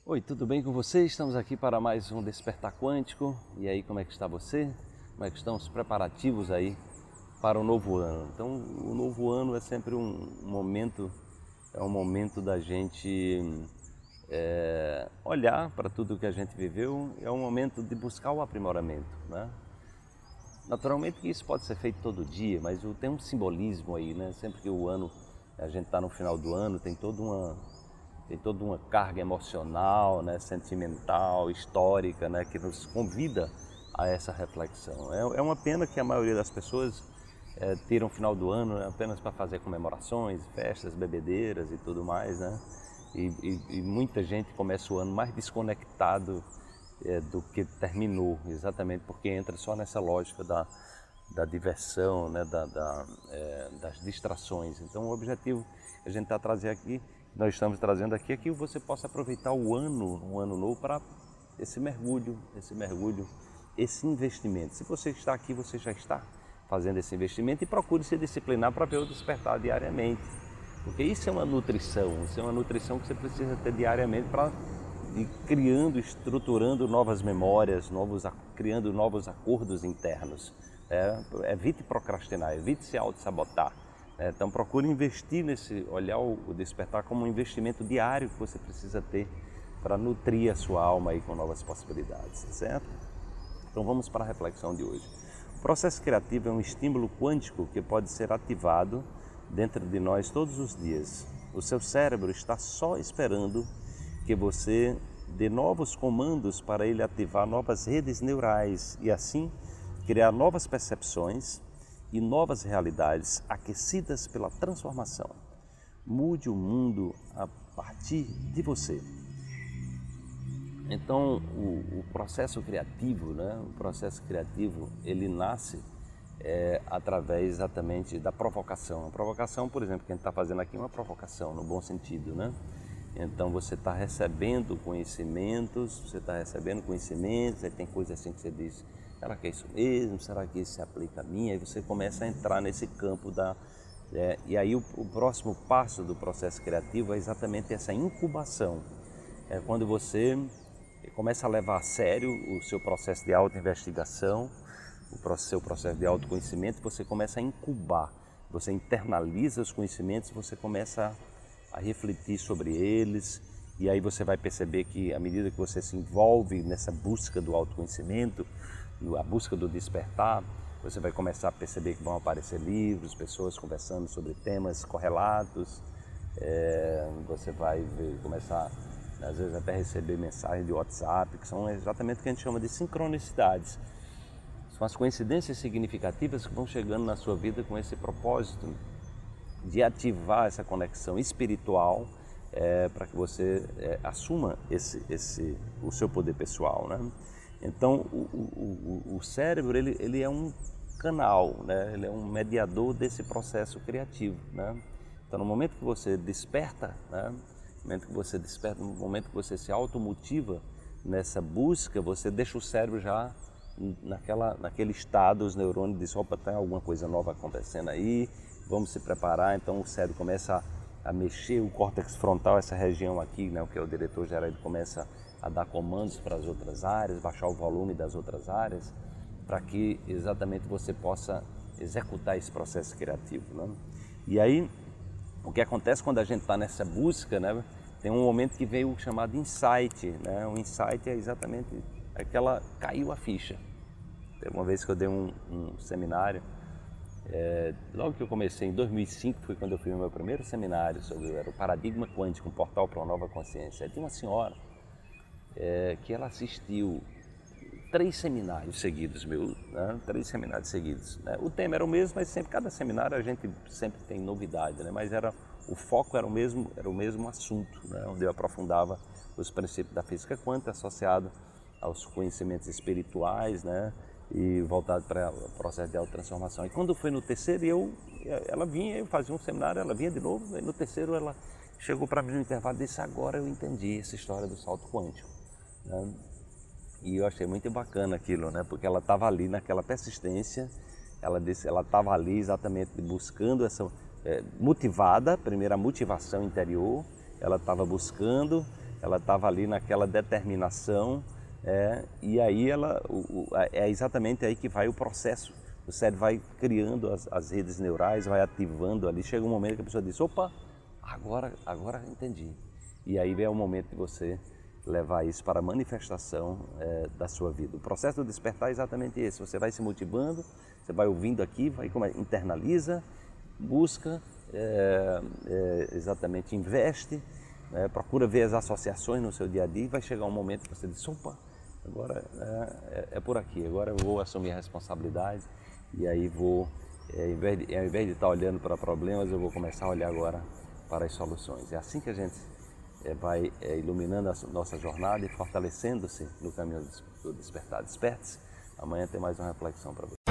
Oi, tudo bem com você? Estamos aqui para mais um Despertar Quântico. E aí, como é que está você? Como é que estão os preparativos aí para o novo ano? Então, o novo ano é sempre um momento da gente olhar para tudo que a gente viveu, é um momento de buscar o aprimoramento, né? Naturalmente que isso pode ser feito todo dia, mas tem um simbolismo aí, né? Sempre que a gente está no final do ano, tem toda uma carga emocional, né, sentimental, histórica, né, que nos convida a essa reflexão. É uma pena que a maioria das pessoas tiram o final do ano, né, apenas para fazer comemorações, festas, bebedeiras e tudo mais, né? E muita gente começa o ano mais desconectado do que terminou, exatamente porque entra só nessa lógica da diversão, né, das distrações. Então, o objetivo que a gente está trazendo aqui, nós estamos trazendo aqui, é que você possa aproveitar um ano novo para esse mergulho, esse investimento. Se você está aqui, você já está fazendo esse investimento e procure se disciplinar para ver o despertar diariamente. Porque isso é uma nutrição que você precisa ter diariamente para ir criando, estruturando novas memórias, criando novos acordos internos. Evite procrastinar, evite se auto-sabotar. Então procure investir olhar o despertar como um investimento diário que você precisa ter para nutrir a sua alma aí com novas possibilidades, certo? Então vamos para a reflexão de hoje. O processo criativo é um estímulo quântico que pode ser ativado dentro de nós todos os dias. O seu cérebro está só esperando que você dê novos comandos para ele ativar novas redes neurais e assim criar novas percepções e novas realidades aquecidas pela transformação. Mude o mundo a partir de você. Então, o processo criativo, né? O processo criativo, ele nasce através exatamente da provocação. A provocação, por exemplo, que a gente está fazendo aqui é uma provocação, no bom sentido, né? Então você está recebendo conhecimentos, aí tem coisa assim que você diz, será que é isso mesmo? Será que isso se aplica a mim? Aí você começa a entrar nesse campo e aí o próximo passo do processo criativo é exatamente essa incubação. É quando você começa a levar a sério o seu processo de autoinvestigação, seu processo de autoconhecimento, você começa a incubar, você internaliza os conhecimentos, você começa a refletir sobre eles, e aí você vai perceber que à medida que você se envolve nessa busca do autoconhecimento, a busca do despertar, você vai começar a perceber que vão aparecer livros, pessoas conversando sobre temas correlatos, você vai começar, às vezes, até receber mensagens de WhatsApp, que são exatamente o que a gente chama de sincronicidades. São as coincidências significativas que vão chegando na sua vida com esse propósito de ativar essa conexão espiritual para que você assuma o seu poder pessoal, né? Então, o cérebro ele é um canal, né? Ele é um mediador desse processo criativo, né? Então, no momento que você desperta, né? No momento que você se automotiva nessa busca, você deixa o cérebro já naquele estado, os neurônios dizem, opa, tem alguma coisa nova acontecendo aí, vamos se preparar. Então o cérebro começa a mexer, o córtex frontal, essa região aqui, né, o que é o diretor geral, ele começa a dar comandos para as outras áreas, baixar o volume das outras áreas, para que exatamente você possa executar esse processo criativo, né? E aí, o que acontece quando a gente está nessa busca, né, tem um momento que vem o chamado insight, né? O insight é exatamente caiu a ficha. Teve uma vez que eu dei um seminário, logo que eu comecei, em 2005, foi quando eu fiz o meu primeiro seminário era o Paradigma Quântico, um portal para uma nova consciência. Aí tem uma senhora que ela assistiu 3 seminários seguidos meus, né? 3 seminários seguidos, né? O tema era o mesmo, mas cada seminário a gente sempre tem novidade, né? Mas o foco era o mesmo assunto, né? Onde eu aprofundava os princípios da física quântica associado aos conhecimentos espirituais, né? E voltado para o processo de autotransformação. E quando foi no terceiro, eu fazia um seminário, ela vinha de novo, e no terceiro ela chegou para mim no intervalo e disse, agora eu entendi essa história do salto quântico, né? E eu achei muito bacana aquilo, né? Porque ela estava ali naquela persistência, ela estava ali exatamente buscando motivada, primeiro a motivação interior, ela estava buscando ela estava ali naquela determinação, e aí é exatamente aí que vai o processo. O cérebro vai criando as redes neurais, vai ativando ali, chega um momento que a pessoa diz, opa, agora entendi. E aí vem o momento de você levar isso para a manifestação da sua vida. O processo do despertar é exatamente esse, você vai se motivando, você vai ouvindo aqui, internaliza, busca, exatamente investe, procura ver as associações no seu dia a dia e vai chegar um momento que você diz, opa, agora é por aqui, agora eu vou assumir a responsabilidade e aí vou, ao invés de estar olhando para problemas, eu vou começar a olhar agora para as soluções. É assim que a gente vai iluminando a nossa jornada e fortalecendo-se no caminho do despertar. Desperte-se, amanhã tem mais uma reflexão para você.